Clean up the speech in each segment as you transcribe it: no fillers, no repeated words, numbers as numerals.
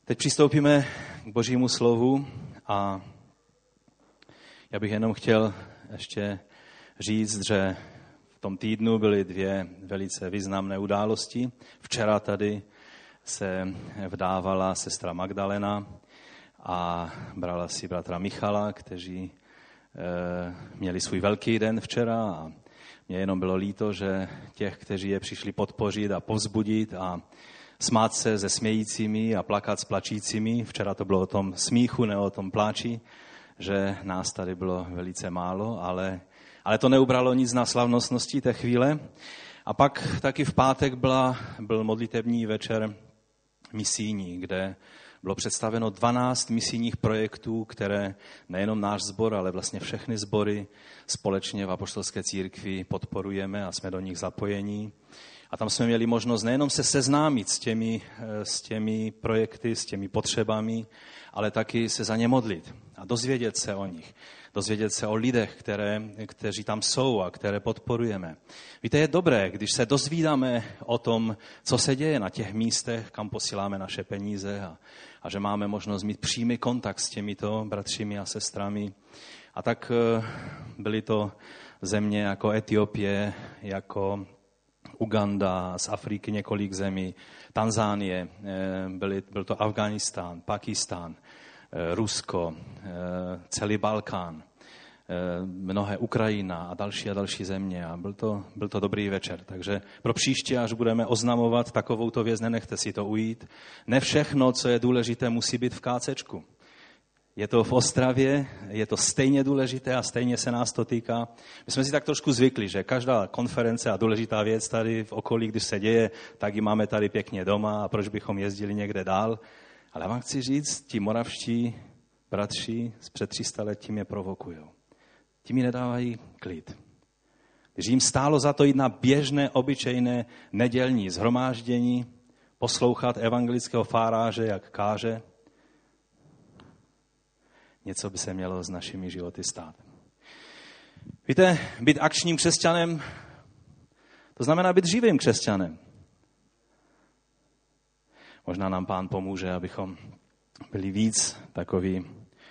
Teď přistoupíme k Božímu slovu a já bych jenom chtěl ještě říct, že v tom týdnu byly dvě velice významné události. Včera tady se vdávala sestra Magdalena a brala si bratra Michala, kteří měli svůj velký den včera a mě jenom bylo líto, že těch, kteří je přišli podpořit a povzbudit a smát se se smějícími a plakat s plačícími. Včera to bylo o tom smíchu, ne o tom pláči, že nás tady bylo velice málo, ale to neubralo nic na slavnostnosti té chvíle. A pak taky v pátek byl modlitební večer misijní, kde bylo představeno 12 misijních projektů, které nejenom náš sbor, ale vlastně všechny sbory společně v apoštolské církvi podporujeme a jsme do nich zapojení. A tam jsme měli možnost nejenom se seznámit s těmi projekty, s těmi potřebami, ale taky se za ně modlit a dozvědět se o nich. Dozvědět se o lidech, kteří tam jsou a které podporujeme. Víte, je dobré, když se dozvídáme o tom, co se děje na těch místech, kam posíláme naše peníze a že máme možnost mít přímý kontakt s těmito bratřími a sestrami. A tak byly to země jako Etiopie, jako Uganda, z Afriky několik zemí, Tanzánie, byl to Afghánistán, Pakistán, Rusko, celý Balkán, mnohé Ukrajina a další země. A byl to dobrý večer. Takže pro příště, až budeme oznamovat takovouto věc, nenechte si to ujít. Ne všechno, co je důležité, musí být v KCčku. Je to v Ostravě, je to stejně důležité a stejně se nás to týká. My jsme si tak trošku zvykli, že každá konference a důležitá věc tady v okolí, když se děje, tak ji máme tady pěkně doma a proč bychom jezdili někde dál. Ale já vám chci říct, ti moravští bratři z před 300 let tím je provokujou. Tím mi nedávají klid. Když jim stálo za to jít na běžné, obyčejné nedělní shromáždění, poslouchat evangelického faráře, jak káže, něco by se mělo s našimi životy stát. Víte, být akčním křesťanem, to znamená být živým křesťanem. Možná nám Pán pomůže, abychom byli víc takoví,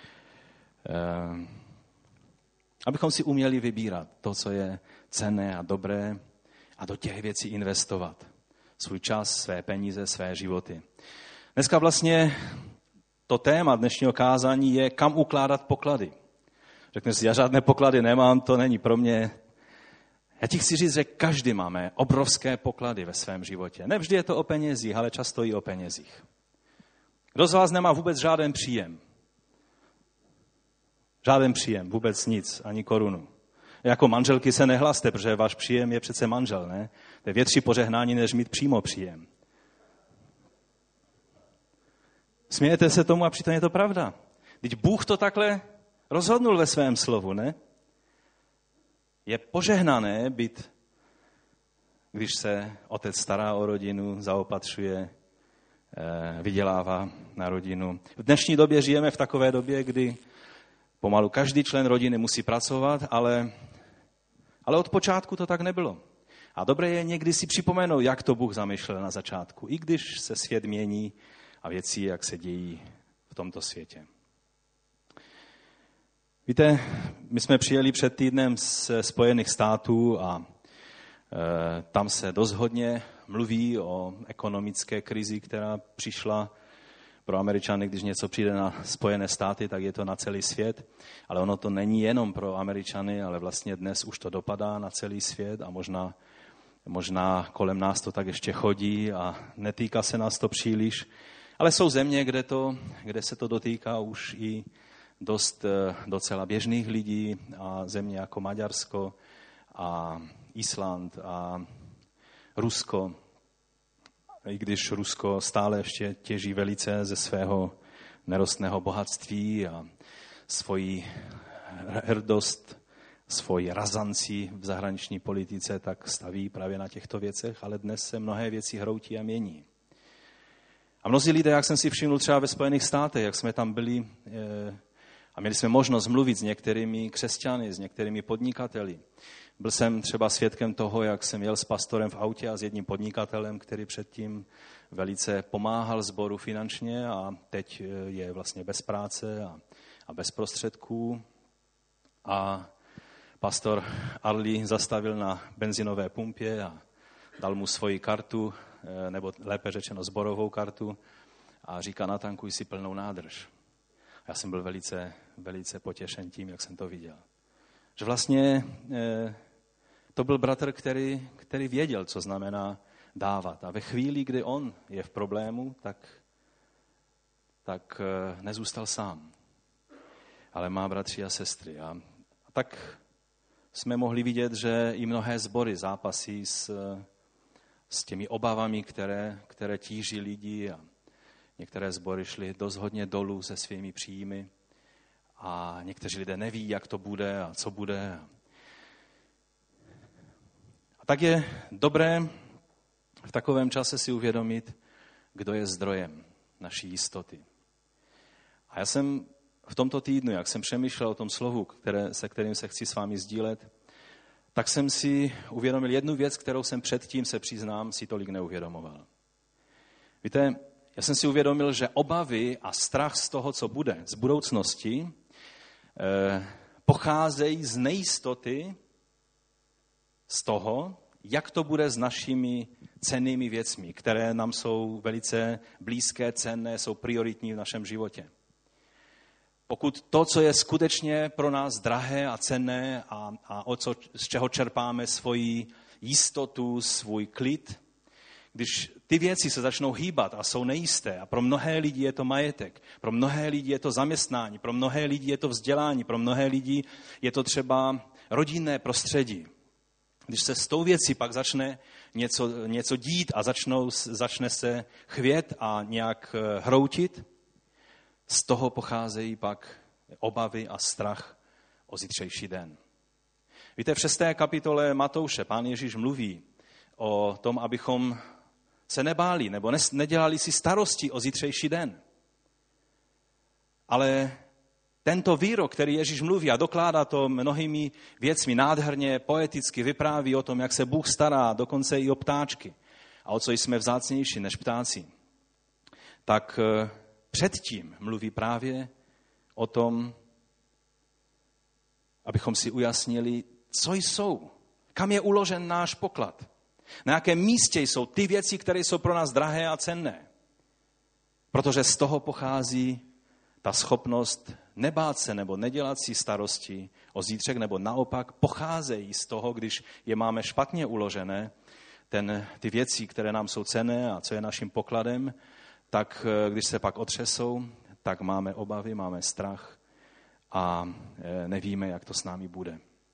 abychom si uměli vybírat to, co je cenné a dobré a do těch věcí investovat svůj čas, své peníze, své životy. Dneska vlastně to téma dnešního kázání je, kam ukládat poklady. Řekneš si, já žádné poklady nemám, to není pro mě. Já ti chci říct, že každý máme obrovské poklady ve svém životě. Nevždy je to o penězích, ale často i o penězích. Kdo z vás nemá vůbec žádný příjem? Žádný příjem, vůbec nic, ani korunu. Jako manželky se nehlaste, protože váš příjem je přece manžel, ne? To je větší požehnání, než mít přímo příjem. Smějete se tomu a přitom je to pravda. Vždyť Bůh to takhle rozhodnul ve svém slovu, ne? Je požehnané být, když se otec stará o rodinu, zaopatřuje, vydělává na rodinu. V dnešní době žijeme v takové době, kdy pomalu každý člen rodiny musí pracovat, ale od počátku to tak nebylo. A dobré je někdy si připomenout, jak to Bůh zamýšlel na začátku, i když se svět mění a věci, jak se dějí v tomto světě. Víte, my jsme přijeli před týdnem z Spojených států a tam se dost hodně mluví o ekonomické krizi, která přišla pro Američany. Když něco přijde na Spojené státy, tak je to na celý svět. Ale ono to není jenom pro Američany, ale vlastně dnes už to dopadá na celý svět a možná kolem nás to tak ještě chodí a netýká se nás to příliš. Ale jsou země, kde se to dotýká už i docela běžných lidí a země jako Maďarsko a Island a Rusko. I když Rusko stále ještě těží velice ze svého nerostného bohatství a svoji hrdost, svoji razanci v zahraniční politice, tak staví právě na těchto věcech, ale dnes se mnohé věci hroutí a mění. A mnozí lidé, jak jsem si všiml třeba ve Spojených státech, jak jsme tam byli a měli jsme možnost mluvit s některými křesťany, s některými podnikateli. Byl jsem třeba svědkem toho, jak jsem jel s pastorem v autě a s jedním podnikatelem, který předtím velice pomáhal sboru finančně a teď je vlastně bez práce a bez prostředků. A pastor Arli zastavil na benzinové pumpě a dal mu svoji kartu, nebo lépe řečeno sborovou kartu a říká, natankuj si plnou nádrž. Já jsem byl velice, velice potěšen tím, jak jsem to viděl. Že vlastně to byl bratr, který věděl, co znamená dávat. A ve chvíli, kdy on je v problému, tak nezůstal sám. Ale má bratři a sestry. A tak jsme mohli vidět, že i mnohé sbory zápasí s těmi obavami, které tíží lidi. A některé sbory šly dost hodně dolů se svými příjmy. A někteří lidé neví, jak to bude a co bude. A tak je dobré v takovém čase si uvědomit, kdo je zdrojem naší jistoty. A já jsem v tomto týdnu, jak jsem přemýšlel o tom slovu, se kterým se chci s vámi sdílet, tak jsem si uvědomil jednu věc, kterou jsem předtím, se přiznám, si tolik neuvědomoval. Víte, já jsem si uvědomil, že obavy a strach z toho, co bude, z budoucnosti, pocházejí z nejistoty, z toho, jak to bude s našimi cennými věcmi, které nám jsou velice blízké, cenné, jsou prioritní v našem životě. Pokud to, co je skutečně pro nás drahé a cenné a z čeho čerpáme svoji jistotu, svůj klid, když ty věci se začnou hýbat a jsou nejisté a pro mnohé lidi je to majetek, pro mnohé lidi je to zaměstnání, pro mnohé lidi je to vzdělání, pro mnohé lidi je to třeba rodinné prostředí. Když se s tou věcí pak začne něco dít a začne se chvět a nějak hroutit, z toho pocházejí pak obavy a strach o zítřejší den. Víte, v 6. kapitole Matouše Pán Ježíš mluví o tom, abychom se nebáli nebo nedělali si starosti o zítřejší den. Ale tento výrok, který Ježíš mluví a dokládá to mnohými věcmi nádherně, poeticky vypráví o tom, jak se Bůh stará dokonce i o ptáčky a o co jsme vzácnější než ptáci, tak předtím mluví právě o tom, abychom si ujasnili, co jsou, kam je uložen náš poklad, na jakém místě jsou ty věci, které jsou pro nás drahé a cenné. Protože z toho pochází ta schopnost nebát se nebo nedělat si starosti o zítřek, nebo naopak pocházejí z toho, když je máme špatně uložené, ty věci, které nám jsou cenné a co je naším pokladem, tak když se pak otřesou, tak máme obavy, máme strach a nevíme, jak to s námi bude.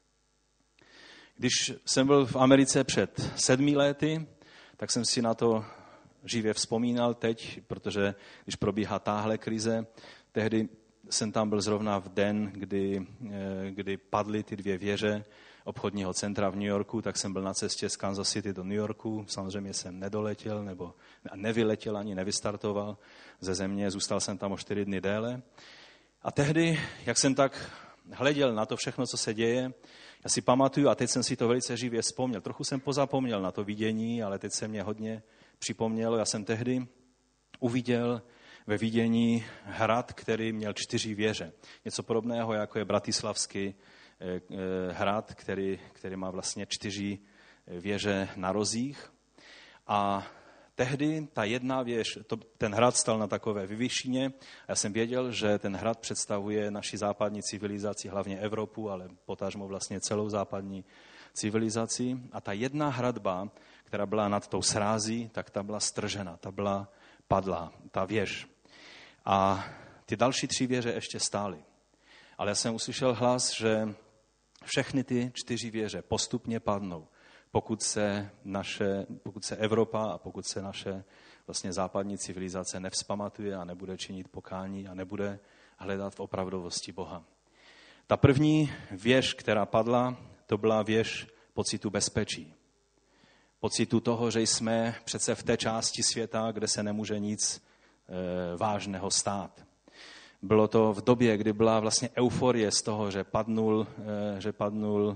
Když jsem byl v Americe před 7 lety, tak jsem si na to živě vzpomínal teď, protože když probíhá táhle krize, tehdy jsem tam byl zrovna v den, kdy padly ty 2 věže obchodního centra v New Yorku, tak jsem byl na cestě z Kansas City do New Yorku. Samozřejmě jsem nedoletěl nebo nevyletěl ani nevystartoval ze země, zůstal jsem tam o 4 dny déle. A tehdy, jak jsem tak hleděl na to všechno, co se děje, já si pamatuju, a teď jsem si to velice živě vzpomněl. Trochu jsem pozapomněl na to vidění, ale teď se mě hodně připomnělo. Já jsem tehdy uviděl ve vidění hrad, který měl 4 věže. Něco podobného, jako je Bratislavský hrad, který má vlastně 4 věže na rozích. A tehdy ta jedna věž, ten hrad stal na takové vyvýšině. Já jsem věděl, že ten hrad představuje naši západní civilizaci, hlavně Evropu, ale potažmo vlastně celou západní civilizaci. A ta jedna hradba, která byla nad tou srází, tak ta byla stržena, ta byla padlá, ta věž. A ty další 3 věže ještě stály. Ale já jsem uslyšel hlas, že všechny ty 4 věže postupně padnou, pokud se Evropa a pokud se naše vlastně západní civilizace nevzpamatuje a nebude činit pokání a nebude hledat v opravdovosti Boha. Ta první věž, která padla, to byla věž pocitu bezpečí. Pocitu toho, že jsme přece v té části světa, kde se nemůže nic vážného stát. Bylo to v době, kdy byla vlastně euforie z toho, že padnul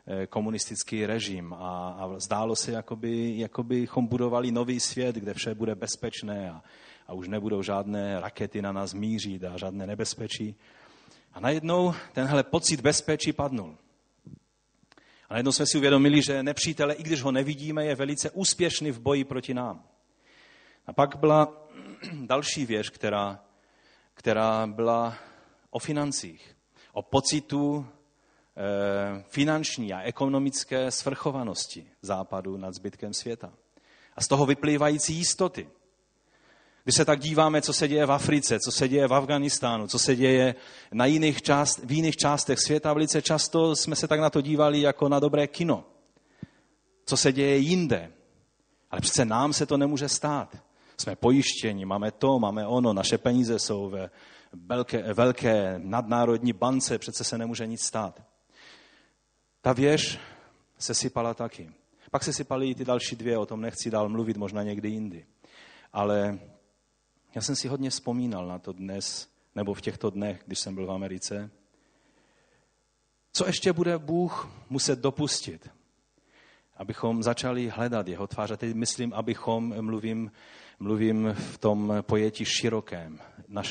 komunistický režim a zdálo se, jakobychom budovali nový svět, kde vše bude bezpečné a už nebudou žádné rakety na nás mířit a žádné nebezpečí. A najednou tenhle pocit bezpečí padnul. A najednou jsme si uvědomili, že nepřítele, i když ho nevidíme, je velice úspěšný v boji proti nám. A pak byla další věc, která byla o financích, o pocitu finanční a ekonomické svrchovanosti Západu nad zbytkem světa. A z toho vyplývající jistoty. Když se tak díváme, co se děje v Africe, co se děje v Afghánistánu, co se děje v jiných částech světa, velice často jsme se tak na to dívali jako na dobré kino. Co se děje jinde. Ale přece nám se to nemůže stát. Jsme pojištěni, máme to, máme ono, naše peníze jsou ve velké nadnárodní bance, přece se nemůže nic stát. Ta věž se sypala taky. Pak se sypaly i ty další dvě, o tom nechci dál mluvit, možná někdy jindy. Ale já jsem si hodně vzpomínal na to dnes, nebo v těchto dnech, když jsem byl v Americe. Co ještě bude Bůh muset dopustit, abychom začali hledat jeho tvář? A teď myslím, mluvím v tom pojetí širokém,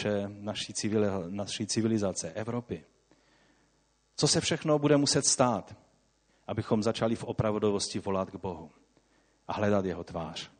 naší civilizace, Evropy. Co se všechno bude muset stát, abychom začali v opravdovosti volat k Bohu a hledat jeho tvář?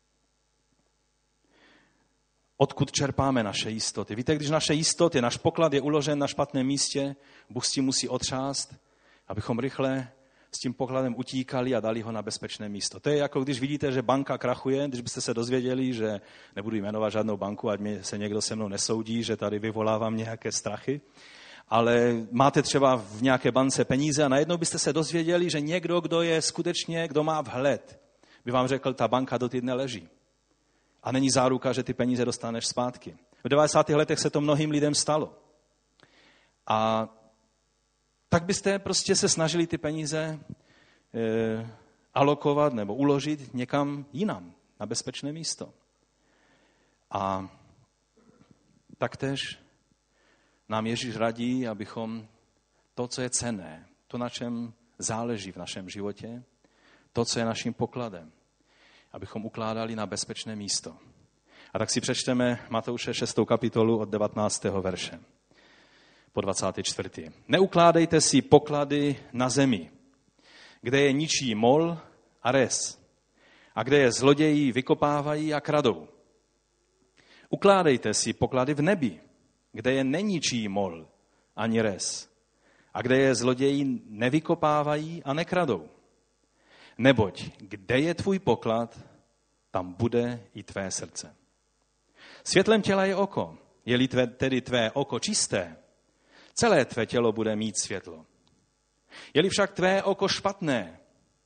Odkud čerpáme naše jistoty? Víte, když naše jistoty, náš poklad je uložen na špatném místě, Bůh s tím musí otřást, abychom rychle s tím pokladem utíkali a dali ho na bezpečné místo. To je jako když vidíte, že banka krachuje, když byste se dozvěděli, že nebudu jmenovat žádnou banku, ať se někdo se mnou nesoudí, že tady vyvolávám nějaké strachy, ale máte třeba v nějaké bance peníze a najednou byste se dozvěděli, že někdo, kdo má vhled, by vám řekl, ta banka do týdne leží. A není záruka, že ty peníze dostaneš zpátky. V 90. letech se to mnohým lidem stalo. A tak byste prostě se snažili ty peníze alokovat nebo uložit někam jinam, na bezpečné místo. A taktéž nám Ježíš radí, abychom to, co je cenné, to, na čem záleží v našem životě, to, co je naším pokladem, abychom ukládali na bezpečné místo. A tak si přečteme Matouše 6. kapitolu od 19. verše po 24. Neukládejte si poklady na zemi, kde je ničí mol a res, a kde je zloději vykopávají a kradou. Ukládejte si poklady v nebi, kde je neničí mol ani res, a kde je zloději nevykopávají a nekradou. Neboť kde je tvůj poklad, tam bude i tvé srdce. Světlem těla je oko. Je-li tedy tvé oko čisté, celé tvé tělo bude mít světlo. Je-li však tvé oko špatné,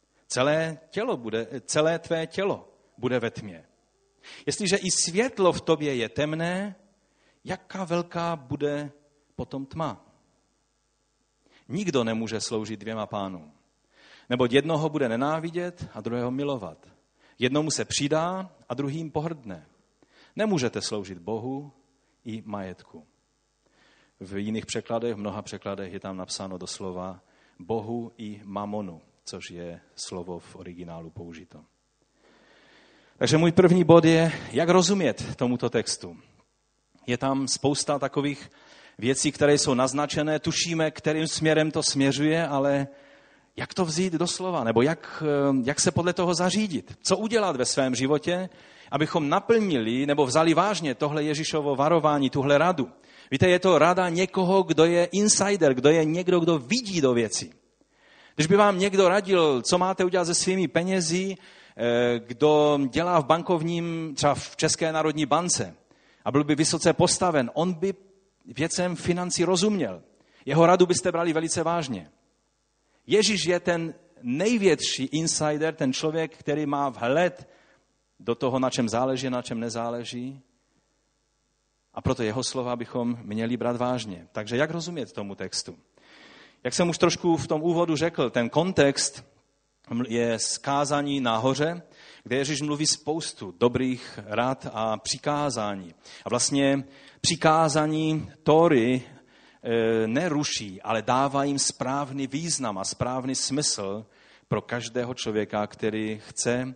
celé tvé tělo bude ve tmě. Jestliže i světlo v tobě je temné, jaká velká bude potom tma? Nikdo nemůže sloužit dvěma pánům. Neboť jednoho bude nenávidět a druhého milovat. Jednomu se přidá a druhým pohrdne. Nemůžete sloužit Bohu i majetku. V jiných překladech, v mnoha překladech je tam napsáno doslova Bohu i mamonu, což je slovo v originálu použito. Takže můj první bod je, jak rozumět tomuto textu. Je tam spousta takových věcí, které jsou naznačené, tušíme, kterým směrem to směřuje, ale jak to vzít do slova, nebo jak se podle toho zařídit? Co udělat ve svém životě, abychom naplnili nebo vzali vážně tohle Ježíšovo varování, tuhle radu. Víte, je to rada někoho, kdo je insider, kdo je někdo, kdo vidí do věcí. Když by vám někdo radil, co máte udělat se svými penězi, kdo dělá v bankovním, třeba v České národní bance a byl by vysoce postaven, on by věcem financí rozuměl. Jeho radu byste brali velice vážně. Ježíš je ten největší insider, ten člověk, který má vhled do toho, na čem záleží, na čem nezáleží. A proto jeho slova bychom měli brát vážně. Takže jak rozumět tomu textu? Jak jsem už trošku v tom úvodu řekl, ten kontext je z kázání nahoře, kde Ježíš mluví spoustu dobrých rad a přikázání. A vlastně přikázání Tóry neruší, ale dává jim správný význam a správný smysl pro každého člověka, který chce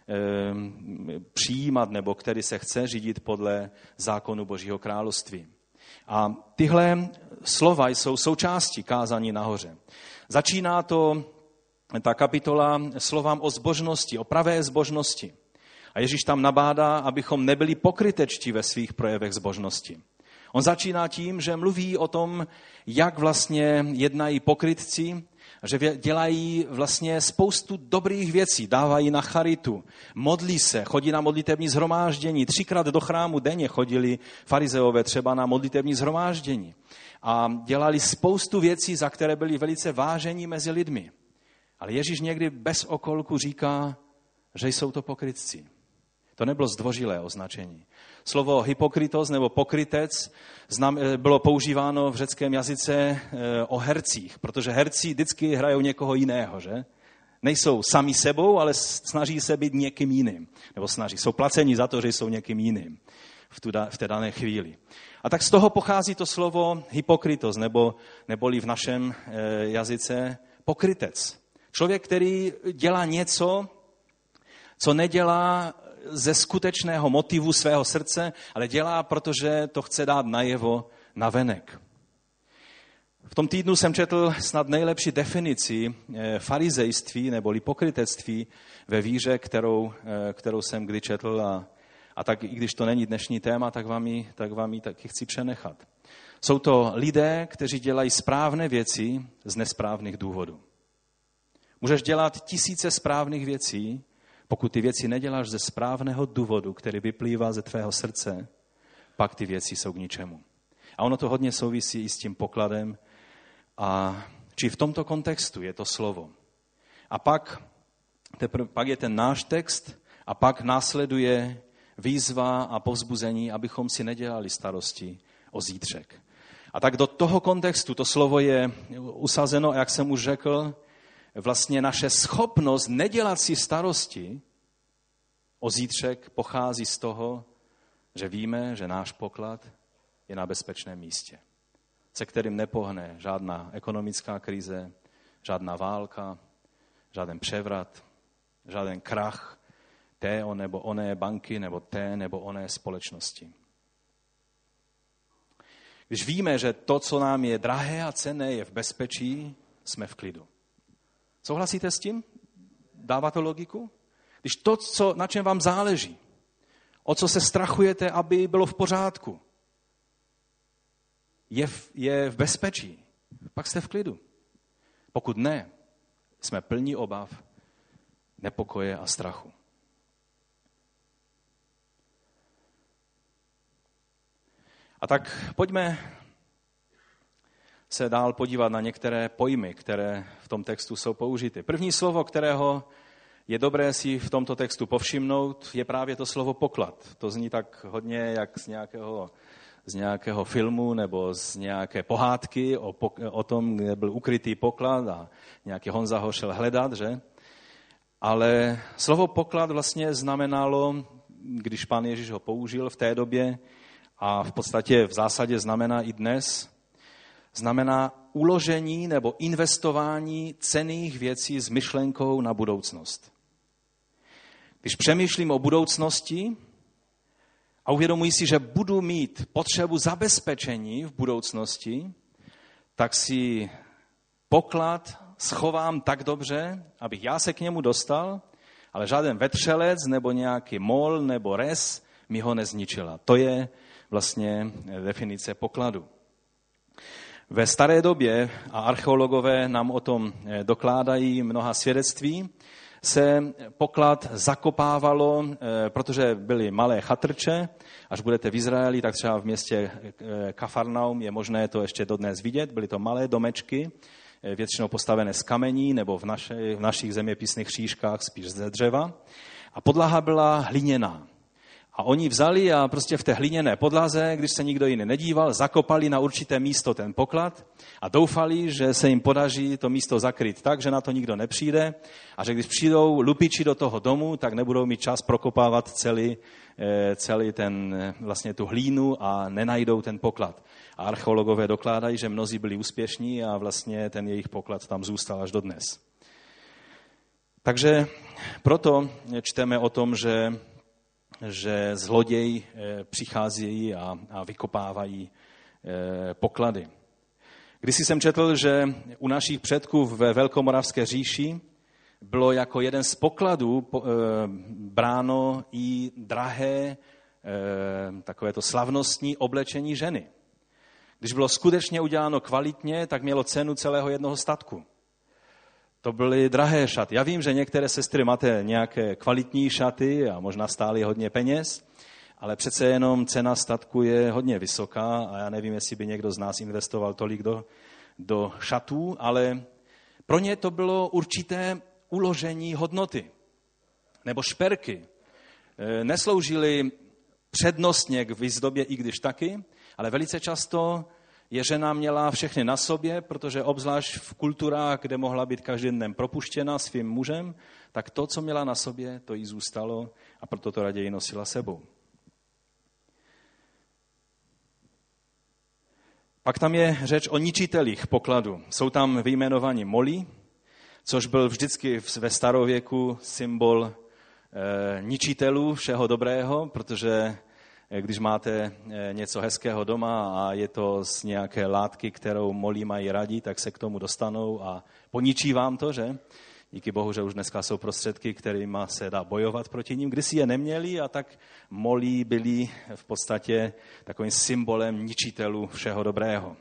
přijímat nebo který se chce řídit podle zákonu Božího království. A tyhle slova jsou součástí kázání nahoře. Začíná ta kapitola slovám o zbožnosti, o pravé zbožnosti. A Ježíš tam nabádá, abychom nebyli pokrytečtí ve svých projevech zbožnosti. On začíná tím, že mluví o tom, jak vlastně jednají pokrytci, že dělají vlastně spoustu dobrých věcí, dávají na charitu, modlí se, chodí na modlitevní shromáždění. 3krát do chrámu denně chodili farizeové třeba na modlitevní shromáždění. A dělali spoustu věcí, za které byli velice vážení mezi lidmi. Ale Ježíš někdy bez okolku říká, že jsou to pokrytci. To nebylo zdvořilé označení. Slovo hypokritos nebo pokrytec bylo používáno v řeckém jazyce o hercích, protože herci vždycky hrajou někoho jiného, že? Nejsou sami sebou, ale snaží se být někým jiným. Nebo jsou placeni za to, že jsou někým jiným v té dané chvíli. A tak z toho pochází to slovo hypokritos, neboli v našem jazyce pokrytec. Člověk, který dělá něco, co nedělá ze skutečného motivu svého srdce, ale dělá, protože to chce dát najevo navenek. V tom týdnu jsem četl snad nejlepší definici farizejství neboli pokrytectví ve víře, kterou jsem kdy četl a tak, i když to není dnešní téma, tak vám ji taky chci přenechat. Jsou to lidé, kteří dělají správné věci z nesprávných důvodů. Můžeš dělat tisíce správných věcí, pokud ty věci neděláš ze správného důvodu, který vyplývá ze tvého srdce, pak ty věci jsou k ničemu. A ono to hodně souvisí i s tím pokladem. A či v tomto kontextu je to slovo. A pak je ten náš text a pak následuje výzva a povzbuzení, abychom si nedělali starosti o zítřek. A tak do toho kontextu to slovo je usazeno, jak jsem už řekl, vlastně naše schopnost nedělat si starosti o zítřek pochází z toho, že víme, že náš poklad je na bezpečném místě, se kterým nepohne žádná ekonomická krize, žádná válka, žádný převrat, žádný krach té nebo oné banky nebo té nebo oné společnosti. Když víme, že to, co nám je drahé a cenné, je v bezpečí, jsme v klidu. Souhlasíte s tím? Dává to logiku? Když to, na čem vám záleží, o co se strachujete, aby bylo v pořádku, je v bezpečí, pak jste v klidu. Pokud ne, jsme plní obav, nepokoje a strachu. A tak pojďme se dál podívat na některé pojmy, které v tom textu jsou použity. První slovo, kterého je dobré si v tomto textu povšimnout, je právě to slovo poklad. To zní tak hodně jak z nějakého filmu nebo z nějaké pohádky o tom, kde byl ukrytý poklad a nějaký Honza ho šel hledat, že? Ale slovo poklad vlastně znamenalo, když Pán Ježíš ho použil v té době a v podstatě v zásadě znamená i dnes, znamená uložení nebo investování cenných věcí s myšlenkou na budoucnost. Když přemýšlím o budoucnosti a uvědomuji si, že budu mít potřebu zabezpečení v budoucnosti, tak si poklad schovám tak dobře, abych já se k němu dostal, ale žádný vetřelec nebo nějaký mol nebo res mi ho nezničila. To je vlastně definice pokladu. Ve staré době, a archeologové nám o tom dokládají mnoha svědectví, se poklad zakopávalo, protože byly malé chatrče. Až budete v Izraeli, tak třeba v městě Kafarnaum je možné to ještě dodnes vidět. Byly to malé domečky, většinou postavené z kamení nebo v našich zeměpisných šíškách spíš ze dřeva. A podlaha byla hliněná. A oni vzali a prostě v té hliněné podlaze, když se nikdo jiný nedíval, zakopali na určité místo ten poklad a doufali, že se jim podaří to místo zakryt tak, že na to nikdo nepřijde a že když přijdou lupiči do toho domu, tak nebudou mít čas prokopávat celý vlastně tu hlínu a nenajdou ten poklad. A archeologové dokládají, že mnozí byli úspěšní a vlastně ten jejich poklad tam zůstal až dodnes. Takže proto čteme o tom, že zloději přicházejí a vykopávají poklady. Když jsem četl, že u našich předků ve Velkomoravské říši bylo jako jeden z pokladů bráno i drahé takovéto slavnostní oblečení ženy. Když bylo skutečně uděláno kvalitně, tak mělo cenu celého jednoho statku. To byly drahé šaty. Já vím, že některé sestry máte nějaké kvalitní šaty a možná stály hodně peněz, ale přece jenom cena statku je hodně vysoká a já nevím, jestli by někdo z nás investoval tolik do šatů, ale pro ně to bylo určité uložení hodnoty. Nebo šperky. Nesloužily přednostně k výzdobě, i když taky, ale velice často je žena měla všechny na sobě, protože obzvlášť v kulturách, kde mohla být každým dnem propuštěna svým mužem, tak to, co měla na sobě, to jí zůstalo a proto to raději nosila sebou. Pak tam je řeč o ničitelích pokladu. Jsou tam vyjmenovaní moli, což byl vždycky ve starověku symbol ničitelů všeho dobrého, protože když máte něco hezkého doma a je to z nějaké látky, kterou molí mají rádi, tak se k tomu dostanou a poničí vám to, že? Díky Bohu, že už dneska jsou prostředky, kterými se dá bojovat proti nim. Kdysi je neměli a tak molí byli v podstatě takovým symbolem ničitelů všeho dobrého.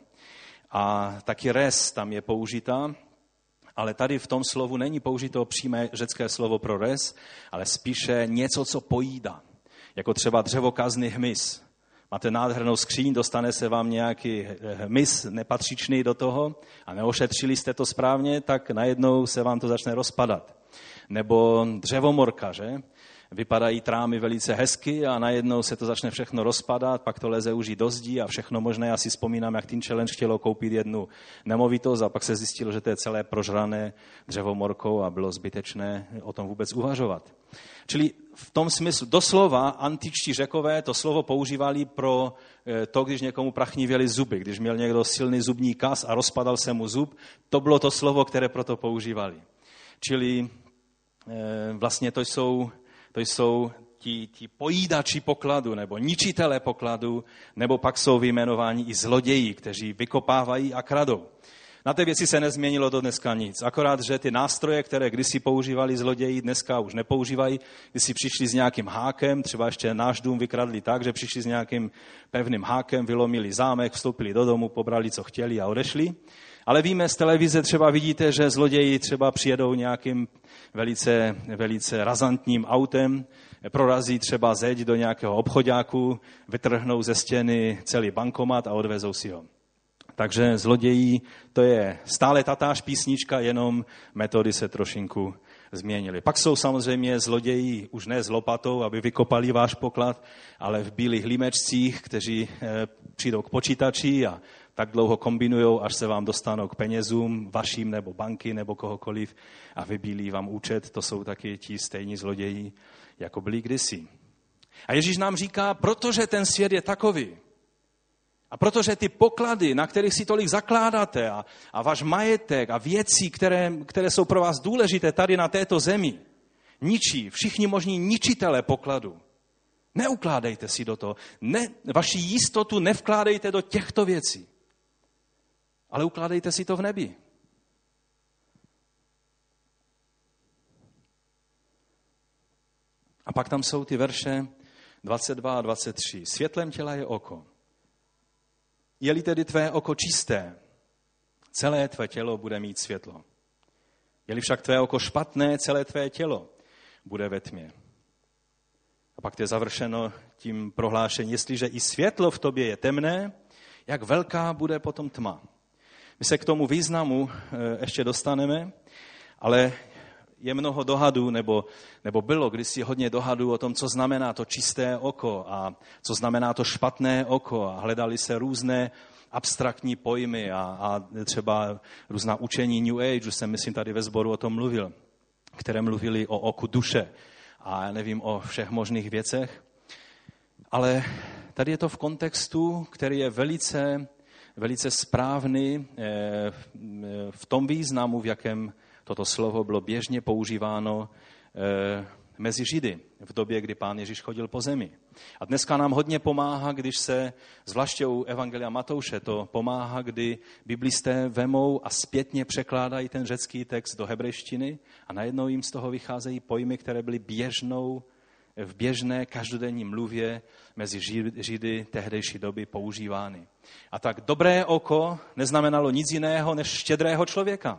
A taky res tam je použitá, ale tady v tom slovu není použito přímé řecké slovo pro res, ale spíše něco, co pojídá. Jako třeba dřevokazný hmyz. Máte nádhernou skříň, dostane se vám nějaký hmyz nepatřičný do toho a neošetřili jste to správně, tak najednou se vám to začne rozpadat. Nebo dřevomorka, že? Vypadají trámy velice hezky a najednou se to začne všechno rozpadat, pak to leze už i do zdí a všechno možné. Já si vzpomínám, jak Teen Challenge chtělo koupit jednu nemovitost a pak se zjistilo, že to je celé prožrané dřevomorkou a bylo zbytečné o tom vůbec uvažovat. Čili v tom smyslu, doslova antičtí Řekové to slovo používali pro to, když někomu prachnivěly zuby, když měl někdo silný zubní kas a rozpadal se mu zub, to bylo to slovo, které proto používali. Čili vlastně to jsou ti pojídači pokladu nebo ničitelé pokladu, nebo pak jsou vyjmenováni i zloději, kteří vykopávají a kradou. Na té věci se nezměnilo do dneska nic. Akorát, že ty nástroje, které kdysi používali zloději, dneska už nepoužívají. Kdysi přišli s nějakým hákem, třeba ještě náš dům vykradli tak, že přišli s nějakým pevným hákem, vylomili zámek, vstoupili do domu, pobrali, co chtěli a odešli. Ale víme z televize, třeba vidíte, že zloději třeba přijedou nějakým velice razantním autem, prorazí třeba zeď do nějakého obchoďáku, vytrhnou ze stěny celý bankomat a odvezou si ho. Takže zloději, to je stále tatáž písnička, jenom metody se trošinku změnily. Pak jsou samozřejmě zloději už ne s lopatou, aby vykopali váš poklad, ale v bílých límečcích, kteří přijdou k počítači a tak dlouho kombinujou, až se vám dostanou k penězům vašim nebo banky nebo kohokoliv a vybílí vám účet. To jsou taky ti stejní zloději, jako byli kdysi. A Ježíš nám říká, protože ten svět je takový, a protože ty poklady, na kterých si tolik zakládáte a váš majetek a věci, které jsou pro vás důležité tady na této zemi, ničí, všichni možní ničitelé pokladu. Neukládejte si do toho. Vaši jistotu nevkládejte do těchto věcí. Ale ukládejte si to v nebi. A pak tam jsou ty verše 22 a 23. Světlem těla je oko. Je-li tedy tvé oko čisté, celé tvé tělo bude mít světlo. Je-li však tvé oko špatné, celé tvé tělo bude ve tmě. A pak to je završeno tím prohlášením, jestliže i světlo v tobě je temné, jak velká bude potom tma. My se k tomu významu ještě dostaneme, ale je mnoho dohadů, nebo bylo kdysi hodně dohadů o tom, co znamená to čisté oko a co znamená to špatné oko. A hledali se různé abstraktní pojmy a třeba různá učení New Age, už jsem myslím tady ve sboru o tom mluvil, které mluvili o oku duše a já nevím o všech možných věcech. Ale tady je to v kontextu, který je velice správný v tom významu, v jakém toto slovo bylo běžně používáno mezi Židy v době, kdy Pán Ježíš chodil po zemi. A dneska nám hodně pomáhá, když se, zvláště u Evangelia Matouše, to pomáhá, kdy biblisté vemou a zpětně překládají ten řecký text do hebrejštiny a najednou jim z toho vycházejí pojmy, které byly v běžné každodenní mluvě mezi Židy tehdejší doby používány. A tak dobré oko neznamenalo nic jiného než štědrého člověka.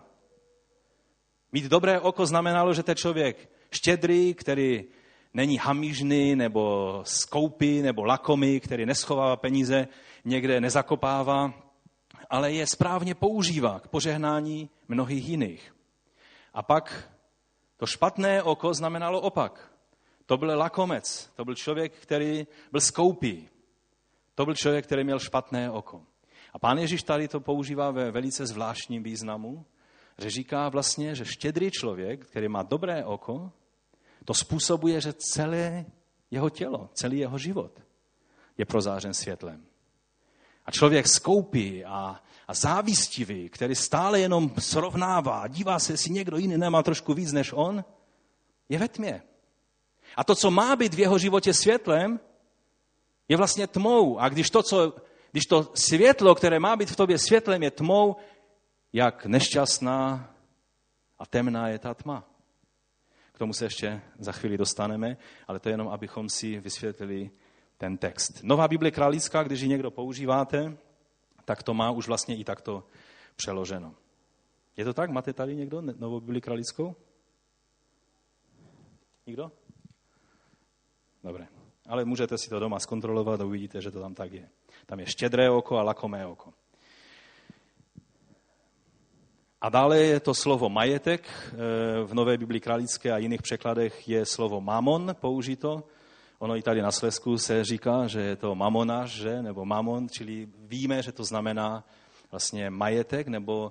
Mít dobré oko znamenalo, že ten člověk štědrý, který není hamižný nebo skoupý nebo lakomý, který neschovává peníze, někde nezakopává, ale je správně používá k požehnání mnohých jiných. A pak to špatné oko znamenalo opak. To byl lakomec, to byl člověk, který byl skoupý. To byl člověk, který měl špatné oko. A Pán Ježíš tady to používá ve velice zvláštním významu, že říká vlastně, že štědrý člověk, který má dobré oko, to způsobuje, že celé jeho tělo, celý jeho život je prozářen světlem. A člověk skoupý a závistivý, který stále jenom srovnává, dívá se, jestli někdo jiný nemá trošku víc než on, je ve tmě. A to, co má být v jeho životě světlem, je vlastně tmou. A když to světlo, které má být v tobě světlem, je tmou, jak nešťastná a temná je ta tma. K tomu se ještě za chvíli dostaneme, ale to je jenom, abychom si vysvětlili ten text. Nová Bible kralická, když ji někdo používáte, tak to má už vlastně i takto přeloženo. Je to tak? Máte tady někdo Novou Bibli kralickou? Nikdo? Dobré. Ale můžete si to doma zkontrolovat a uvidíte, že to tam tak je. Tam je štědré oko a lakomé oko. A dále je to slovo majetek. V Nové Bibli kralické a jiných překladech je slovo mamon použito. Ono i tady na Slezsku se říká, že je to mamonáš, že? Nebo mamon, čili víme, že to znamená vlastně majetek, nebo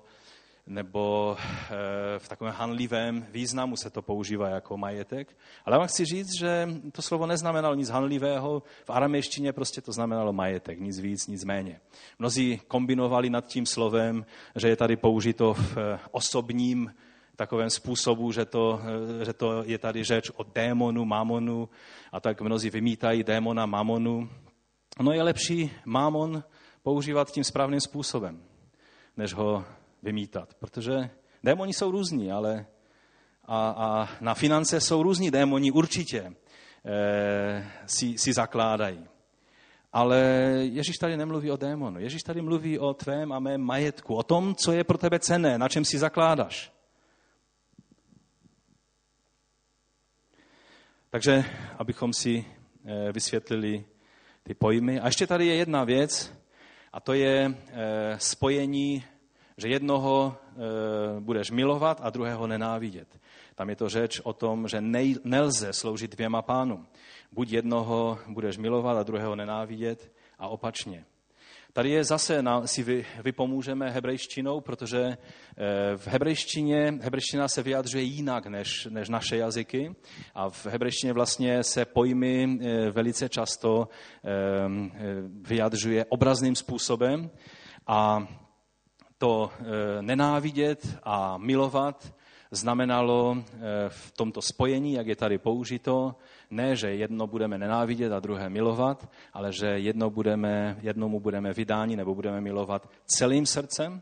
v takovém hanlivém významu se to používá jako majetek. Ale já vám chci říct, že to slovo neznamenalo nic hanlivého. V aramejštině prostě to znamenalo majetek, nic víc, nic méně. Mnozí kombinovali nad tím slovem, že je tady použito v osobním takovém způsobu, že to je tady řeč o démonu, mamonu, a tak mnozí vymítají démona, mamonu. No je lepší mamon používat tím správným způsobem, než ho vymítat, protože démoni jsou různí, ale a na finance jsou různí démoni, určitě si zakládají. Ale Ježíš tady nemluví o démonu. Ježíš tady mluví o tvém a mém majetku, o tom, co je pro tebe cenné, na čem si zakládáš. Takže, abychom si vysvětlili ty pojmy. A ještě tady je jedna věc, a to je spojení, že jednoho budeš milovat a druhého nenávidět. Tam je to řeč o tom, že nelze sloužit dvěma pánům. Buď jednoho budeš milovat a druhého nenávidět a opačně. Tady je zase, si vypomůžeme hebrejštinou, protože v hebrejština se vyjadřuje jinak než naše jazyky a v hebrejštině vlastně se pojmy velice často vyjadřuje obrazným způsobem a to nenávidět a milovat znamenalo v tomto spojení, jak je tady použito, ne, že jedno budeme nenávidět a druhé milovat, ale že jednomu budeme vydáni nebo budeme milovat celým srdcem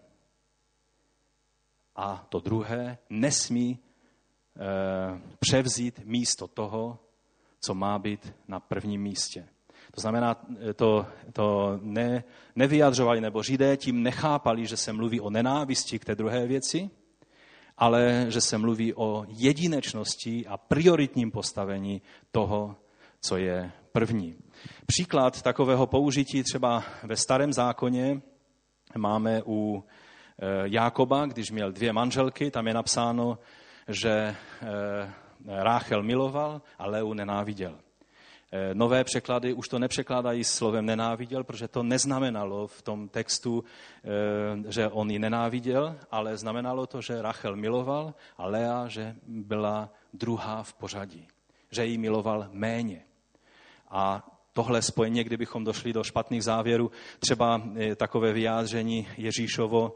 a to druhé nesmí převzít místo toho, co má být na prvním místě. To znamená, to nevyjadřovali, nebo Židé tím nechápali, že se mluví o nenávisti k té druhé věci, ale že se mluví o jedinečnosti a prioritním postavení toho, co je první. Příklad takového použití třeba ve Starém zákoně máme u Jákoba, když měl 2 manželky, tam je napsáno, že Ráchel miloval a Leu nenáviděl. Nové překlady už to nepřekládají slovem nenáviděl, protože to neznamenalo v tom textu, že on ji nenáviděl, ale znamenalo to, že Rachel miloval a Lea, že byla druhá v pořadí, že ji miloval méně. A tohle spojení, kdybychom došli do špatných závěrů, třeba takové vyjádření Ježíšovo,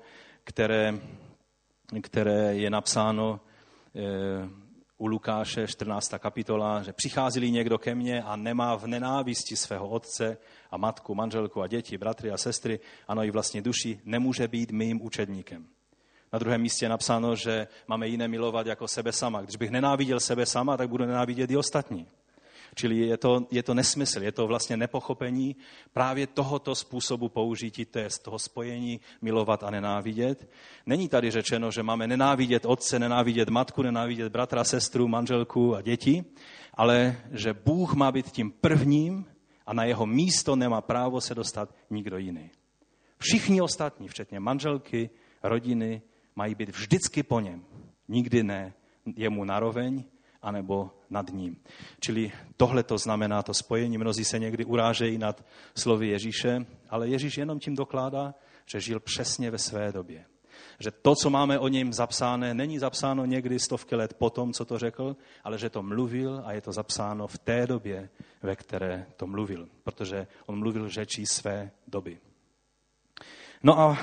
které je napsáno u Lukáše 14. kapitola, že přichází někdo ke mně a nemá v nenávisti svého otce a matku, manželku a děti, bratry a sestry, ano i vlastně duši, nemůže být mým učedníkem. Na druhém místě je napsáno, že máme jiné milovat jako sebe sama. Když bych nenáviděl sebe sama, tak budu nenávidět i ostatní. Čili je to nesmysl, je to vlastně nepochopení právě tohoto způsobu použití, to je z toho spojení milovat a nenávidět. Není tady řečeno, že máme nenávidět otce, nenávidět matku, nenávidět bratra, sestru, manželku a děti, ale že Bůh má být tím prvním a na jeho místo nemá právo se dostat nikdo jiný. Všichni ostatní, včetně manželky, rodiny, mají být vždycky po něm, nikdy ne jemu naroveň, anebo nad ním. Čili tohle to znamená to spojení. Mnozí se někdy urážejí nad slovy Ježíše, ale Ježíš jenom tím dokládá, že žil přesně ve své době. Že to, co máme o něm zapsáno, není zapsáno někdy stovky let po tom, co to řekl, ale že to mluvil a je to zapsáno v té době, ve které to mluvil. Protože on mluvil řečí své doby. No a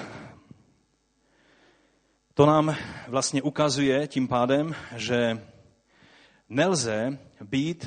to nám vlastně ukazuje tím pádem, že nelze být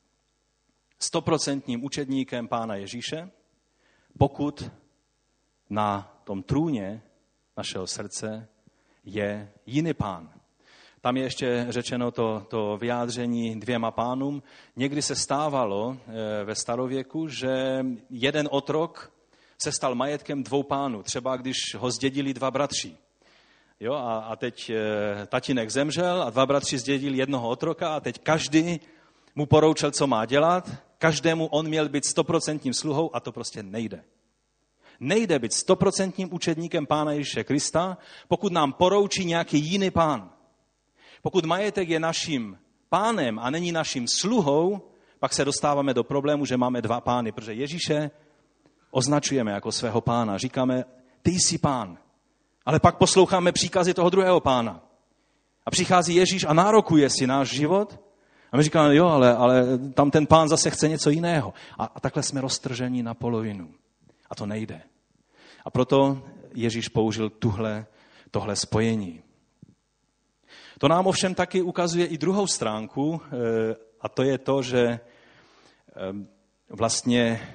100% učedníkem Pána Ježíše, pokud na tom trůně našeho srdce je jiný pán. Tam je ještě řečeno to vyjádření dvěma pánům. Někdy se stávalo ve starověku, že jeden otrok se stal majetkem dvou pánů. Třeba když ho zdědili dva bratři. Jo, a teď tatínek zemřel a dva bratři zdědili jednoho otroka a teď každý mu poroučel, co má dělat. Každému on měl být 100% sluhou a to prostě nejde. Nejde být 100% učedníkem Pána Ježíše Krista, pokud nám poroučí nějaký jiný pán. Pokud majetek je naším pánem a není naším sluhou, pak se dostáváme do problému, že máme dva pány, protože Ježíše označujeme jako svého pána. Říkáme, ty jsi pán. Ale pak posloucháme příkazy toho druhého pána. A přichází Ježíš a nárokuje si náš život. A my říkáme, jo, ale tam ten pán zase chce něco jiného. A takhle jsme roztrženi na polovinu. A to nejde. A proto Ježíš použil tohle spojení. To nám ovšem taky ukazuje i druhou stránku, a to je to, že vlastně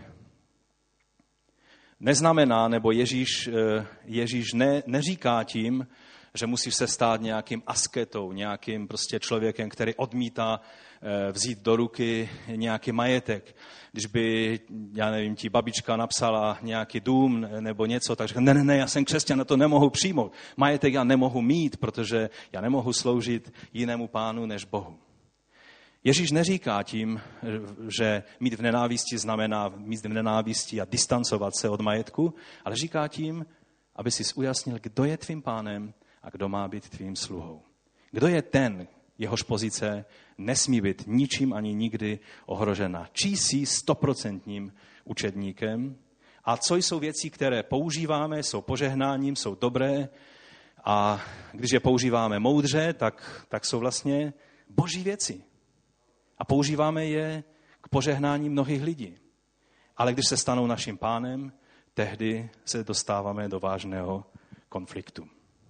neznamená, nebo Ježíš neříká tím, že musíš se stát nějakým asketou, nějakým prostě člověkem, který odmítá vzít do ruky nějaký majetek. Když by, já nevím, ti babička napsala nějaký dům nebo něco, tak řekla, ne, já jsem křesťan, to nemohu přijmout. Majetek já nemohu mít, protože já nemohu sloužit jinému pánu než Bohu. Ježíš neříká tím, že mít v nenávisti znamená mít v nenávisti a distancovat se od majetku, ale říká tím, aby si ujasnil, kdo je tvým pánem a kdo má být tvým sluhou. Kdo je ten, jehož pozice nesmí být ničím ani nikdy ohrožena. Čí jsi 100% učedníkem a co jsou věci, které používáme, jsou požehnáním, jsou dobré a když je používáme moudře, tak jsou vlastně boží věci. A používáme je k požehnání mnohých lidí. Ale když se stanou naším pánem, tehdy se dostáváme do vážného konfliktu.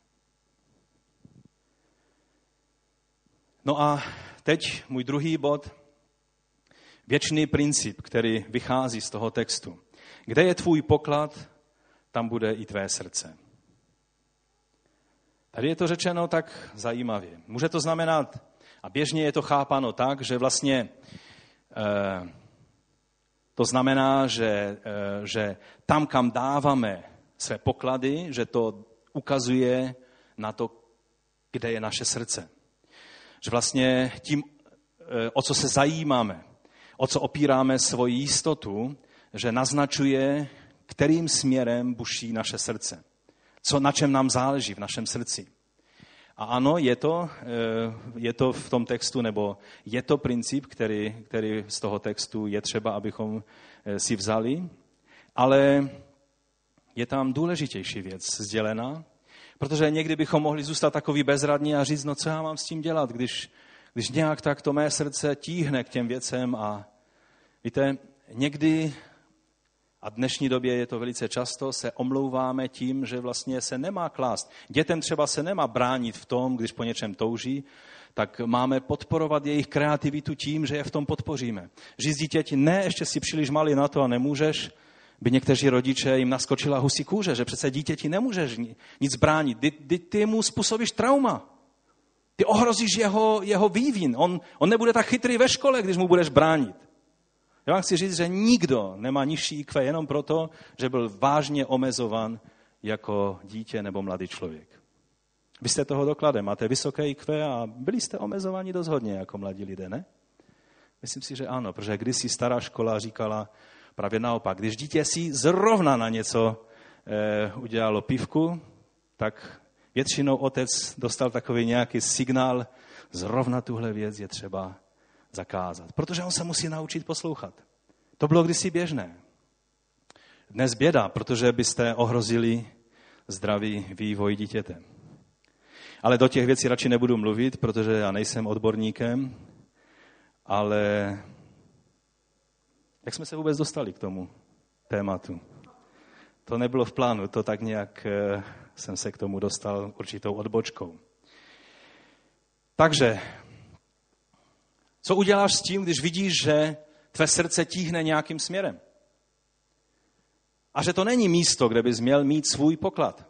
No a teď můj druhý bod, věčný princip, který vychází z toho textu. Kde je tvůj poklad, tam bude i tvé srdce. Tady je to řečeno tak zajímavě. Může to znamenat, a běžně je to chápáno tak, že vlastně to znamená, že tam, kam dáváme své poklady, že to ukazuje na to, kde je naše srdce. Že vlastně tím, o co se zajímáme, o co opíráme svoji jistotu, že naznačuje, kterým směrem buší naše srdce. Na čem nám záleží v našem srdci. A ano, je to v tom textu, nebo je to princip, který z toho textu je třeba, abychom si vzali, ale je tam důležitější věc sdělená, protože někdy bychom mohli zůstat takový bezradní a říct, no co já mám s tím dělat, když nějak tak to mé srdce tíhne k těm věcem. A víte, někdy, a v dnešní době je to velice často, se omlouváme tím, že vlastně se nemá klást. Dětem třeba se nemá bránit v tom, když po něčem touží, tak máme podporovat jejich kreativitu tím, že je v tom podpoříme. Říct dítěti, ne, ještě si příliš malý na to a nemůžeš, by někteří rodiče jim naskočila husí kůže, že přece dítěti nemůžeš nic bránit. Ty mu způsobíš trauma. Ty ohrozíš jeho vývin. On nebude tak chytrý ve škole, když mu budeš bránit. Já vám chci říct, že nikdo nemá nižší IQ jenom proto, že byl vážně omezovan jako dítě nebo mladý člověk. Vy jste toho dokladem, máte vysoké IQ a byli jste omezováni dost hodně jako mladí lidé, ne? Myslím si, že ano, protože kdysi stará škola říkala právě naopak. Když dítě si zrovna na něco udělalo pivku, tak většinou otec dostal takový nějaký signál, zrovna tuhle věc je třeba zakázat. Protože on se musí naučit poslouchat. To bylo kdysi běžné. Dnes běda, protože byste ohrozili zdravý vývoj dítěte. Ale do těch věcí radši nebudu mluvit, protože já nejsem odborníkem, ale jak jsme se vůbec dostali k tomu tématu? To nebylo v plánu, to tak nějak jsem se k tomu dostal určitou odbočkou. Takže, co uděláš s tím, když vidíš, že tvé srdce tíhne nějakým směrem? A že to není místo, kde bys měl mít svůj poklad.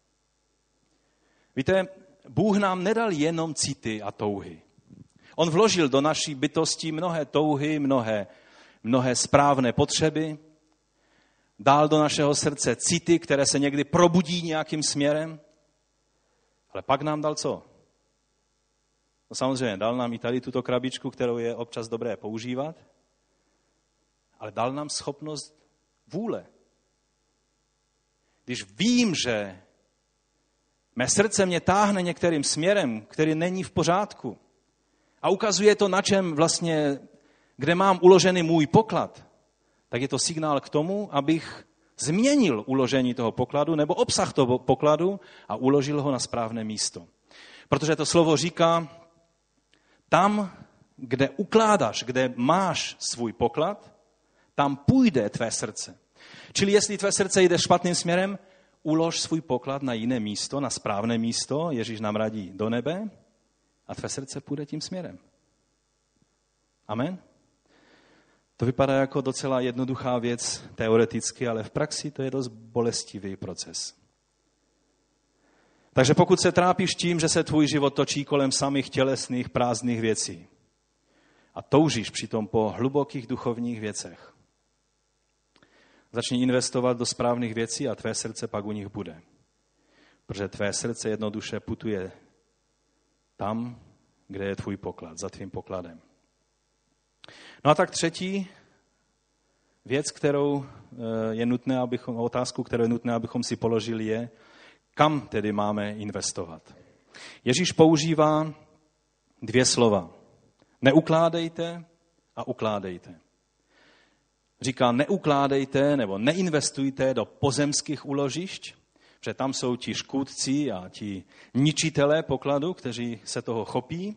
Víte, Bůh nám nedal jenom city a touhy. On vložil do naší bytosti mnohé touhy, mnohé správné potřeby, dal do našeho srdce city, které se někdy probudí nějakým směrem, ale pak nám dal co? No samozřejmě, dal nám i tady tuto krabičku, kterou je občas dobré používat, ale dal nám schopnost vůle. Když vím, že mé srdce mě táhne některým směrem, který není v pořádku a ukazuje to, na čem vlastně, kde mám uložený můj poklad, tak je to signál k tomu, abych změnil uložení toho pokladu nebo obsah toho pokladu a uložil ho na správné místo. Protože to slovo říká, tam, kde ukládáš, kde máš svůj poklad, tam půjde tvé srdce. Čili jestli tvé srdce jde špatným směrem, ulož svůj poklad na jiné místo, na správné místo, Ježíš nám radí do nebe a tvé srdce půjde tím směrem. Amen? To vypadá jako docela jednoduchá věc teoreticky, ale v praxi to je dost bolestivý proces. Takže pokud se trápíš tím, že se tvůj život točí kolem samých tělesných prázdných věcí a toužíš přitom po hlubokých duchovních věcech, začni investovat do správných věcí a tvé srdce pak u nich bude. Protože tvé srdce jednoduše putuje tam, kde je tvůj poklad, za tvým pokladem. No a tak třetí věc, kterou je nutné, otázku, kterou je nutné, abychom si položili, je, kam tedy máme investovat. Ježíš používá 2 slova. Neukládejte a ukládejte. Říká, neukládejte nebo neinvestujte do pozemských úložišť, protože tam jsou ti škůdci a ti ničitelé pokladu, kteří se toho chopí.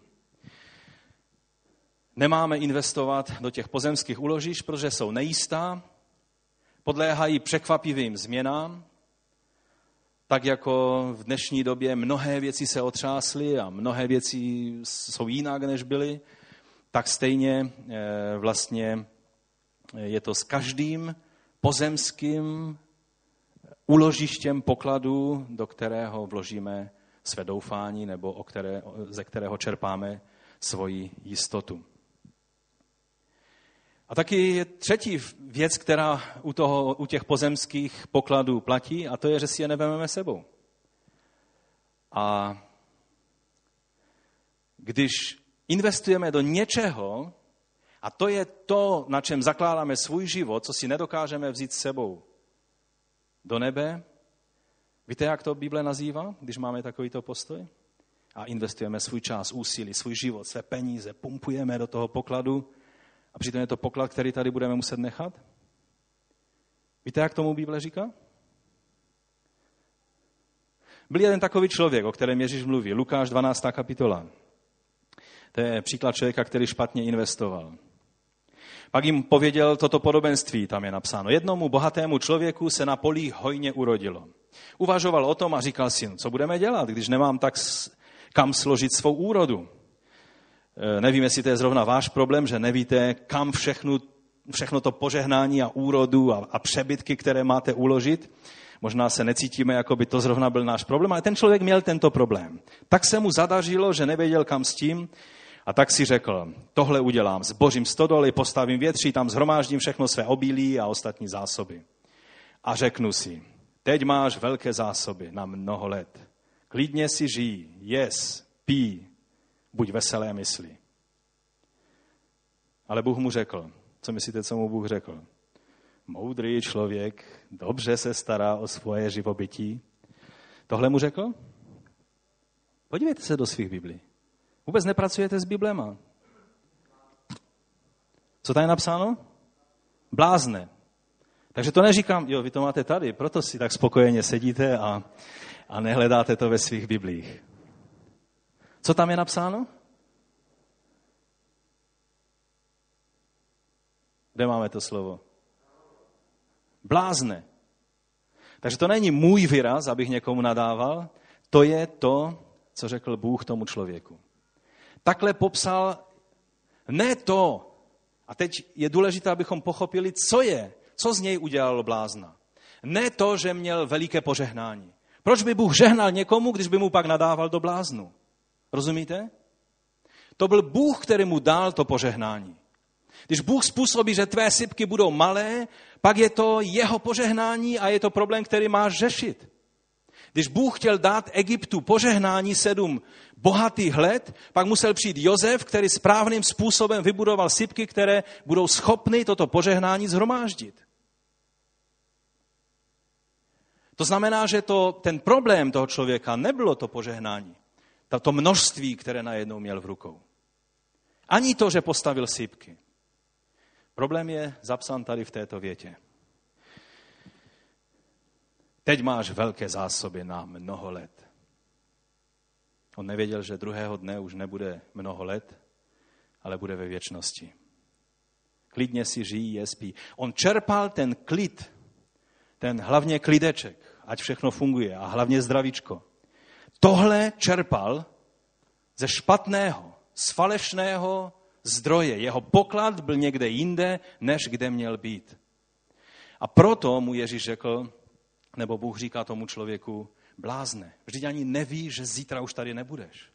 Nemáme investovat do těch pozemských úložišť, protože jsou nejistá, podléhají překvapivým změnám, tak jako v dnešní době mnohé věci se otřásly a mnohé věci jsou jinak, než byly, tak stejně vlastně je to s každým pozemským úložištěm pokladu, do kterého vložíme své doufání nebo ze kterého čerpáme svoji jistotu. A taky je třetí věc, která u těch pozemských pokladů platí, a to je, že si je nevezmeme sebou. A když investujeme do něčeho, a to je to, na čem zakládáme svůj život, co si nedokážeme vzít s sebou do nebe, víte, jak to Bible nazývá, když máme takovýto postoj? a investujeme svůj čas, úsilí, svůj život, své peníze, pumpujeme do toho pokladu a přitom je to poklad, který tady budeme muset nechat? Víte, jak tomu Bible říká? Byl jeden takový člověk, o kterém Ježíš mluví, Lukáš 12. kapitola. To je příklad člověka, který špatně investoval. Pak jim pověděl toto podobenství, tam je napsáno. Jednomu bohatému člověku se na polích hojně urodilo. Uvažoval o tom a říkal si, co budeme dělat, když nemám tak kam složit svou úrodu. Nevím, jestli to je zrovna váš problém, že nevíte, kam všechno to požehnání a úrodu a přebytky, které máte uložit. Možná se necítíme, jako by to zrovna byl náš problém, ale ten člověk měl tento problém. Tak se mu zadařilo, že nevěděl, kam s tím, a tak si řekl, tohle udělám, zbořím stodoly, postavím větří, tam shromáždím všechno své obilí a ostatní zásoby. A řeknu si, teď máš velké zásoby na mnoho let. Klidně si žij, jes, pij, buď veselé mysli. Ale Bůh mu řekl, co myslíte, co mu Bůh řekl? Moudrý člověk dobře se stará o svoje živobytí. Tohle mu řekl? Podívejte se do svých Biblí. Vůbec nepracujete s Biblema. Co tady je napsáno? Blázne. Takže to neříkám, jo, vy to máte tady, proto si tak spokojeně sedíte a nehledáte to ve svých Biblích. Co tam je napsáno? Kde máme to slovo? Blázne. Takže to není můj výraz, abych někomu nadával, to je to, co řekl Bůh tomu člověku. Takhle popsal ne to, a teď je důležité, abychom pochopili, co z něj udělalo blázna. Ne to, že měl veliké požehnání. Proč by Bůh žehnal někomu, když by mu pak nadával do bláznu? Rozumíte? To byl Bůh, který mu dal to požehnání. Když Bůh způsobí, že tvé sypky budou malé, pak je to jeho požehnání a je to problém, který máš řešit. Když Bůh chtěl dát Egyptu požehnání 7 bohatých let, pak musel přijít Josef, který správným způsobem vybudoval sypky, které budou schopny toto požehnání shromáždit. To znamená, že ten problém toho člověka nebylo to požehnání, to množství, které najednou měl v rukou. Ani to, že postavil sypky. Problém je zapsán tady v této větě. Teď máš velké zásoby na mnoho let. On nevěděl, že druhého dne už nebude mnoho let, ale bude ve věčnosti. Klidně si žijí, je spí. On čerpal ten klid, ten hlavně klideček, ať všechno funguje a hlavně zdravíčko. Tohle čerpal ze špatného, z falešného zdroje. Jeho poklad byl někde jinde, než kde měl být. A proto mu Ježíš řekl, nebo Bůh říká tomu člověku, blázne, vždyť ani neví, že zítra už tady nebudeš.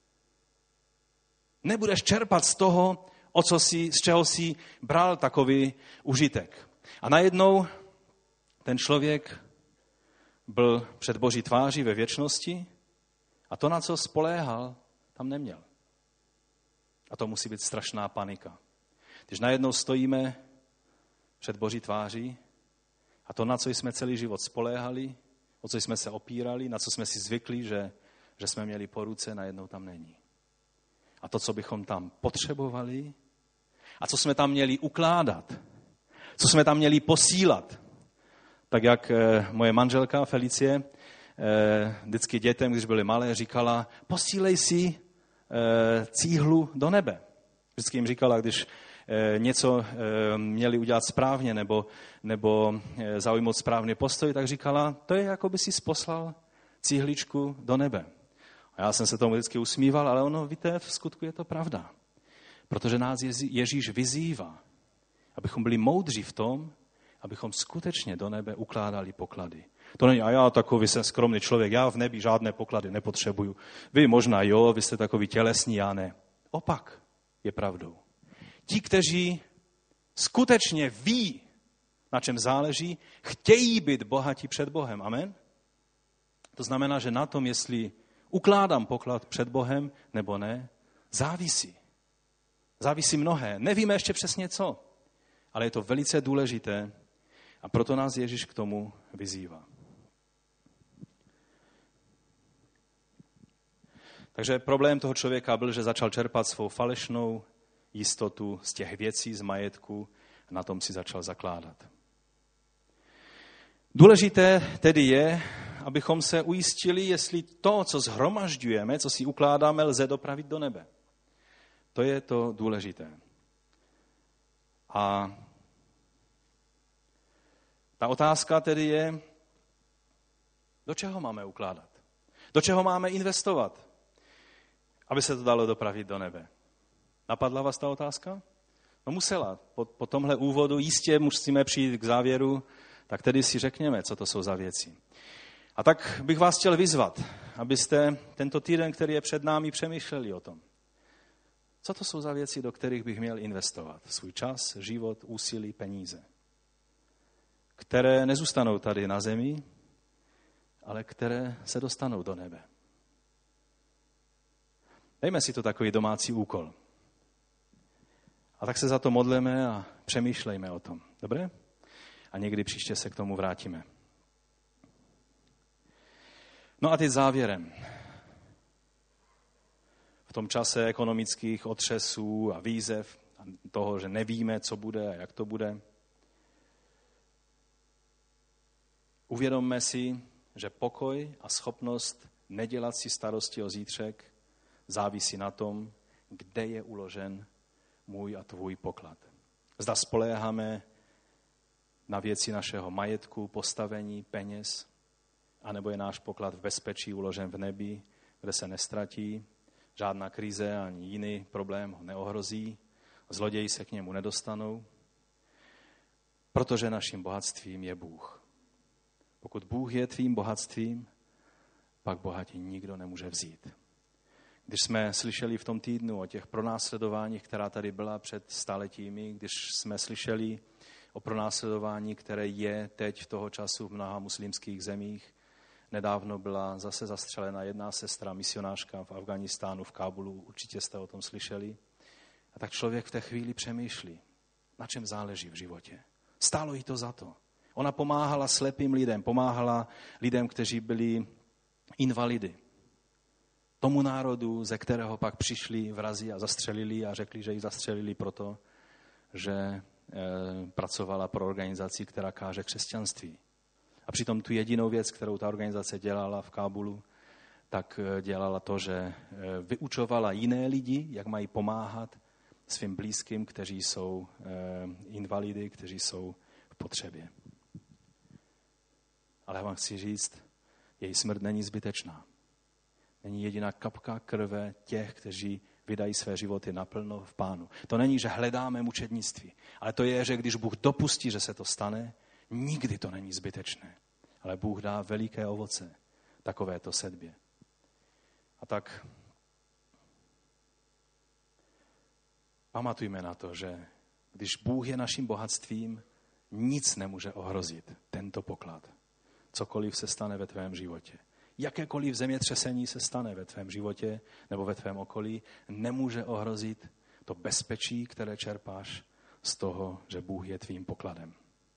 Nebudeš čerpat z toho, z čeho jsi bral takový užitek. A najednou ten člověk byl před Boží tváří ve věčnosti a to, na co spoléhal, tam neměl. A to musí být strašná panika. Když najednou stojíme před Boží tváří a to, na co jsme celý život spoléhali, o co jsme se opírali, na co jsme si zvykli, že jsme měli po ruce, najednou tam není. A to, co bychom tam potřebovali a co jsme tam měli ukládat, co jsme tam měli posílat, tak jak moje manželka Felicie vždycky dětem, když byly malé, říkala, posílej si cíhlu do nebe. Vždycky jim říkala, když něco měli udělat správně nebo zaujmout správný postoj, tak říkala, to je, jako by si poslal cíhličku do nebe. A já jsem se tomu vždycky usmíval, ale ono, víte, v skutku je to pravda. Protože nás Ježíš vyzývá, abychom byli moudří v tom, abychom skutečně do nebe ukládali poklady. To není, a já takový jsem skromný člověk, já v nebi žádné poklady nepotřebuju. Vy možná jo, vy jste takový tělesní, já ne. Opak je pravdou. Ti, kteří skutečně ví, na čem záleží, chtějí být bohatí před Bohem. Amen? To znamená, že na tom, jestli ukládám poklad před Bohem nebo ne, závisí. Závisí mnohé. Nevíme ještě přesně co, ale je to velice důležité a proto nás Ježíš k tomu vyzývá. Takže problém toho člověka byl, že začal čerpat svou falešnou jistotu z těch věcí, z majetku, a na tom si začal zakládat. Důležité tedy je, abychom se ujistili, jestli to, co shromažďujeme, co si ukládáme, lze dopravit do nebe. To je to důležité. A ta otázka tedy je, do čeho máme ukládat? Do čeho máme investovat, aby se to dalo dopravit do nebe? Napadla vás ta otázka? No musela. Po tomhle úvodu jistě musíme přijít k závěru, tak tedy si řekněme, co to jsou za věci. A tak bych vás chtěl vyzvat, abyste tento týden, který je před námi, přemýšleli o tom. Co to jsou za věci, do kterých bych měl investovat? Svůj čas, život, úsilí, peníze. Které nezůstanou tady na zemi, ale které se dostanou do nebe. Dejme si to takový domácí úkol. A tak se za to modleme a přemýšlejme o tom. Dobré? A někdy příště se k tomu vrátíme. No a teď závěrem. V tom čase ekonomických otřesů a výzev, a toho, že nevíme, co bude a jak to bude, uvědomme si, že pokoj a schopnost nedělat si starosti o zítřek závisí na tom, kde je uložen můj a tvůj poklad. Zda spoléháme na věci našeho majetku, postavení, peněz, anebo je náš poklad v bezpečí uložen v nebi, kde se nestratí, žádná krize ani jiný problém ho neohrozí, zloději se k němu nedostanou, protože naším bohatstvím je Bůh. Pokud Bůh je tvým bohatstvím, pak bohatí nikdo nemůže vzít. Když jsme slyšeli v tom týdnu o těch pronásledováních, která tady byla před staletími, když jsme slyšeli o pronásledování, které je teď v toho času v mnoha muslimských zemích, nedávno byla zase zastřelena jedna sestra, misionářka v Afghánistánu, v Kábulu, určitě jste o tom slyšeli. A tak člověk v té chvíli přemýšlí, na čem záleží v životě. Stálo jí to za to. Ona pomáhala slepým lidem, pomáhala lidem, kteří byli invalidy. Tomu národu, ze kterého pak přišli vrazi a zastřelili a řekli, že ji zastřelili proto, že pracovala pro organizaci, která káže křesťanství. A přitom tu jedinou věc, kterou ta organizace dělala v Kábulu, tak dělala to, že vyučovala jiné lidi, jak mají pomáhat svým blízkým, kteří jsou invalidy, kteří jsou v potřebě. Ale já vám chci říct, její smrt není zbytečná. Není jediná kapka krve těch, kteří vydají své životy naplno v Pánu. To není, že hledáme mučednictví, ale to je, že když Bůh dopustí, že se to stane, nikdy to není zbytečné. Ale Bůh dá veliké ovoce takovéto sedbě. A tak pamatujme na to, že když Bůh je naším bohatstvím, nic nemůže ohrozit tento poklad. Cokoliv se stane ve tvém životě. Jakékoliv zemětřesení se stane ve tvém životě nebo ve tvém okolí, nemůže ohrozit to bezpečí, které čerpáš z toho, že Bůh je tvým pokladem.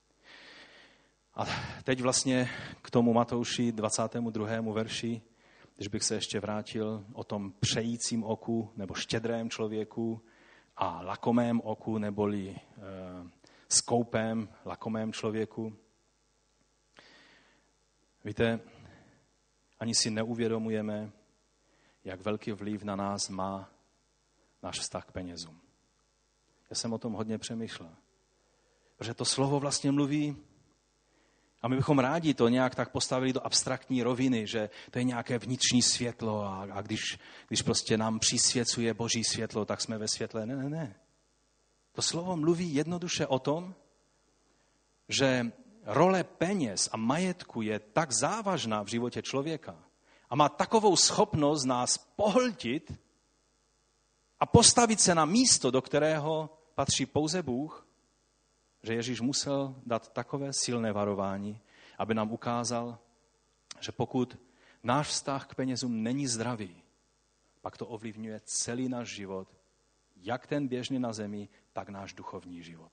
A teď vlastně k tomu Matouši 22. verši, když bych se ještě vrátil o tom přejícím oku nebo štědrém člověku a lakomém oku neboli skoupém lakomém člověku. Víte, ani si neuvědomujeme, jak velký vliv na nás má náš vztah k penězům. Já jsem o tom hodně přemýšlel. Protože to slovo vlastně mluví, a my bychom rádi to nějak tak postavili do abstraktní roviny, že to je nějaké vnitřní světlo a když prostě nám přisvěcuje Boží světlo, tak jsme ve světle. Ne. To slovo mluví jednoduše o tom, že role peněz a majetku je tak závažná v životě člověka a má takovou schopnost nás pohltit a postavit se na místo, do kterého patří pouze Bůh, že Ježíš musel dát takové silné varování, aby nám ukázal, že pokud náš vztah k penězům není zdravý, pak to ovlivňuje celý náš život, jak ten běžný na zemi, tak náš duchovní život.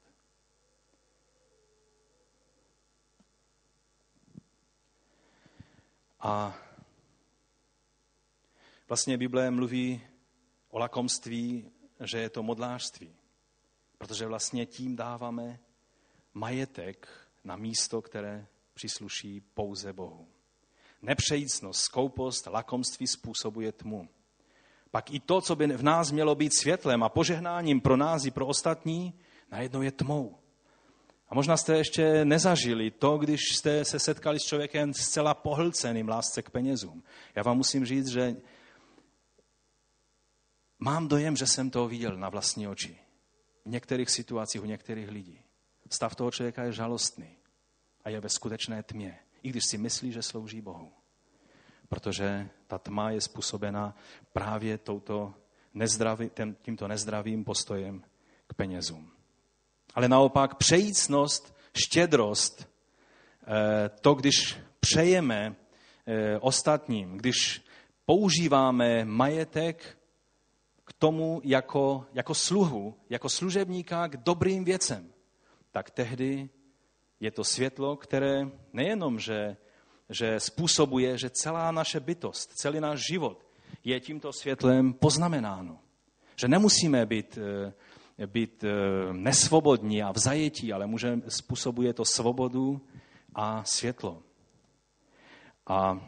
A Vlastně Bible mluví o lakomství, že je to modlářství. Protože vlastně tím dáváme majetek na místo, které přísluší pouze Bohu. Nepřejícnost, skoupost, lakomství způsobuje tmu. Pak i to, co by v nás mělo být světlem a požehnáním pro nás i pro ostatní, najednou je tmou. A možná jste ještě nezažili to, když jste se setkali s člověkem zcela pohlceným lásce k penězům. Já vám musím říct, že mám dojem, že jsem to viděl na vlastní oči. V některých situacích, u některých lidí. Stav toho člověka je žalostný a je ve skutečné tmě, i když si myslí, že slouží Bohu. Protože ta tma je způsobena právě tímto nezdravým postojem k penězům. Ale naopak přejícnost, štědrost, to, když přejeme ostatním, když používáme majetek k tomu jako sluhu, jako služebníka k dobrým věcem, tak tehdy je to světlo, které nejenom, že způsobuje, že celá naše bytost, celý náš život je tímto světlem poznamenáno. Že nemusíme být nesvobodní a v zajetí, ale způsobuje to svobodu a světlo. A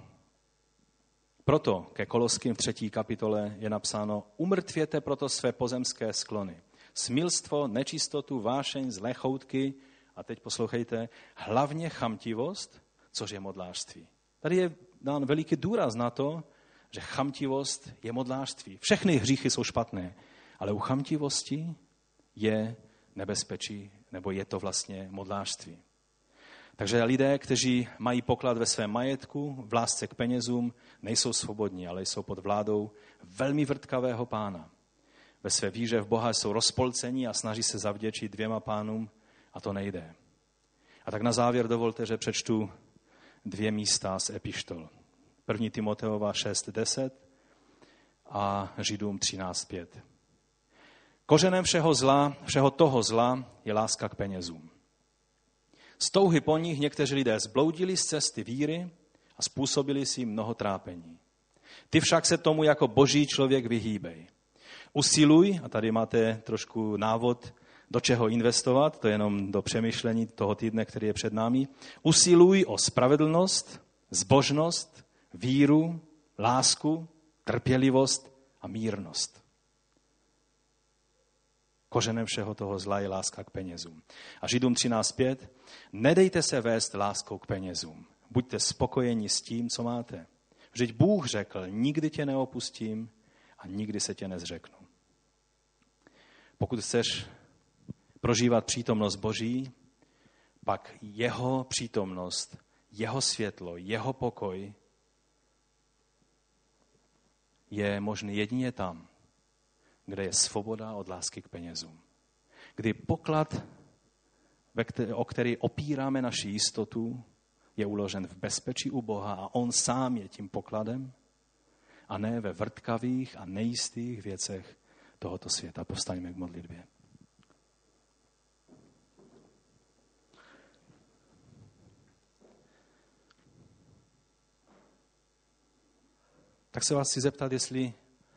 proto ke Koloským v 3. kapitole je napsáno: umrtvěte proto své pozemské sklony. Smilstvo, nečistotu, vášeň, zlé choutky a teď poslouchejte, hlavně chamtivost, což je modlářství. Tady je dán veliký důraz na to, že chamtivost je modlářství. Všechny hříchy jsou špatné, ale u chamtivosti je nebezpečí, nebo je to vlastně modlářství. Takže lidé, kteří mají poklad ve svém majetku, v lásce k penězům, nejsou svobodní, ale jsou pod vládou velmi vrtkavého pána. Ve své víře v Boha jsou rozpolcení a snaží se zavděčit 2 pánům a to nejde. A tak na závěr dovolte, že přečtu 2 místa z epištol. 1. Timoteova 6.10 a Židům 13.5. Kořenem všeho toho zla je láska k penězům. Z touhy po nich někteří lidé zbloudili z cesty víry a způsobili si mnoho trápení. Ty však se tomu jako boží člověk vyhýbej. Usiluj, a tady máte trošku návod, do čeho investovat, to je jenom do přemýšlení toho týdne, který je před námi. Usiluj o spravedlnost, zbožnost, víru, lásku, trpělivost a mírnost. Kořenem všeho toho zla je láska k penězům. A Židům 13.5. Nedejte se vést láskou k penězům. Buďte spokojeni s tím, co máte. Vždyť Bůh řekl, nikdy tě neopustím a nikdy se tě nezřeknu. Pokud chceš prožívat přítomnost Boží, pak jeho přítomnost, jeho světlo, jeho pokoj je možný jedině tam, kde je svoboda od lásky k penězům. Kdy poklad, o který opíráme naši jistotu, je uložen v bezpečí u Boha a on sám je tím pokladem a ne ve vrtkavých a nejistých věcech tohoto světa. Povstaňme k modlitbě. Tak se vás chci zeptat, jestli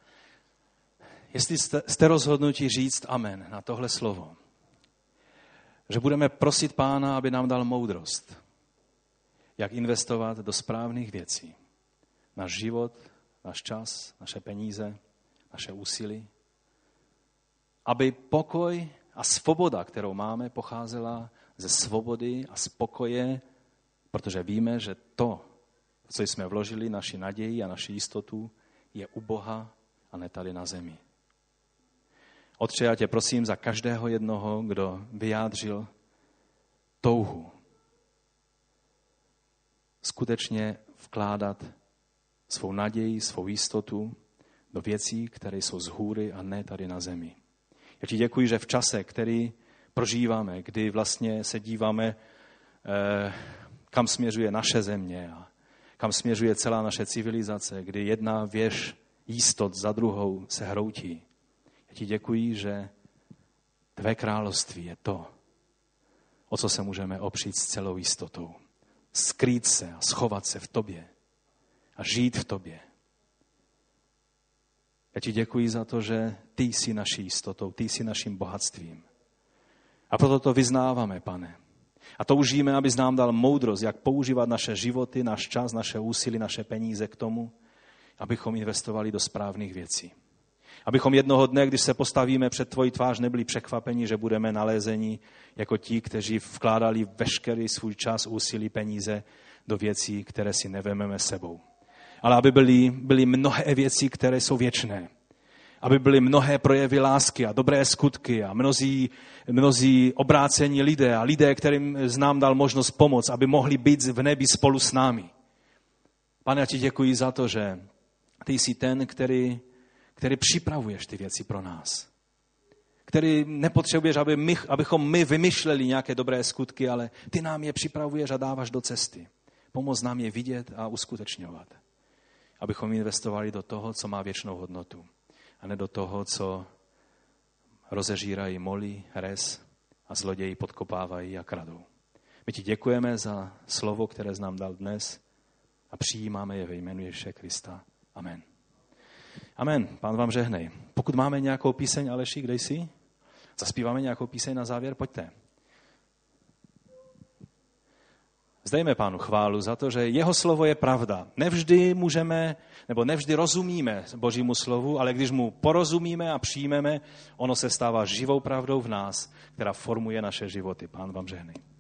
jste rozhodnutí říct amen na tohle slovo. Že budeme prosit Pána, aby nám dal moudrost, jak investovat do správných věcí. Náš život, náš čas, naše peníze, naše úsilí. Aby pokoj a svoboda, kterou máme, pocházela ze svobody a spokoje, protože víme, že to, co jsme vložili, naši naději a naši jistotu, je u Boha a ne tady na zemi. Otče, já tě prosím za každého jednoho, kdo vyjádřil touhu skutečně vkládat svou naději, svou jistotu do věcí, které jsou z hůry a ne tady na zemi. Já ti děkuji, že v čase, který prožíváme, kdy vlastně se díváme, kam směřuje naše země a kam směřuje celá naše civilizace, kdy jedna věž jistot za druhou se hroutí. Já ti děkuji, že tvé království je to, o co se můžeme opřít s celou jistotou. Skrýt se a schovat se v tobě a žít v tobě. Já ti děkuji za to, že ty jsi naší jistotou, ty jsi naším bohatstvím. A proto to vyznáváme, Pane. A toužíme, abys nám dal moudrost, jak používat naše životy, náš čas, naše úsilí, naše peníze k tomu, abychom investovali do správných věcí. Abychom jednoho dne, když se postavíme před tvoji tvář, nebyli překvapeni, že budeme nalézeni jako ti, kteří vkládali veškerý svůj čas, úsilí, peníze do věcí, které si nevememe sebou. Ale aby byly mnohé věci, které jsou věčné. Aby byly mnohé projevy lásky a dobré skutky a mnozí obrácení lidé a lidé, kterým nám dal možnost pomoct, aby mohli být v nebi spolu s námi. Pane, já ti děkuji za to, že ty jsi ten, který připravuješ ty věci pro nás. Který nepotřebuješ, abychom my vymyšleli nějaké dobré skutky, ale ty nám je připravuješ a dáváš do cesty. Pomoz nám je vidět a uskutečňovat. Abychom investovali do toho, co má věčnou hodnotu. A ne do toho, co rozežírají moly, res a zloději podkopávají a kradou. My ti děkujeme za slovo, které jsi nám dal dnes a přijímáme je ve jménu Ježíše Krista. Amen. Amen. Pán vám žehnej. Pokud máme nějakou píseň, Aleši, kde jsi? Zaspíváme nějakou píseň na závěr? Pojďte. Vzdejme Pánu chválu za to, že jeho slovo je pravda. Nevždy můžeme, nebo nevždy rozumíme Božímu slovu, ale když mu porozumíme a přijmeme, ono se stává živou pravdou v nás, která formuje naše životy. Pán vám žehnej.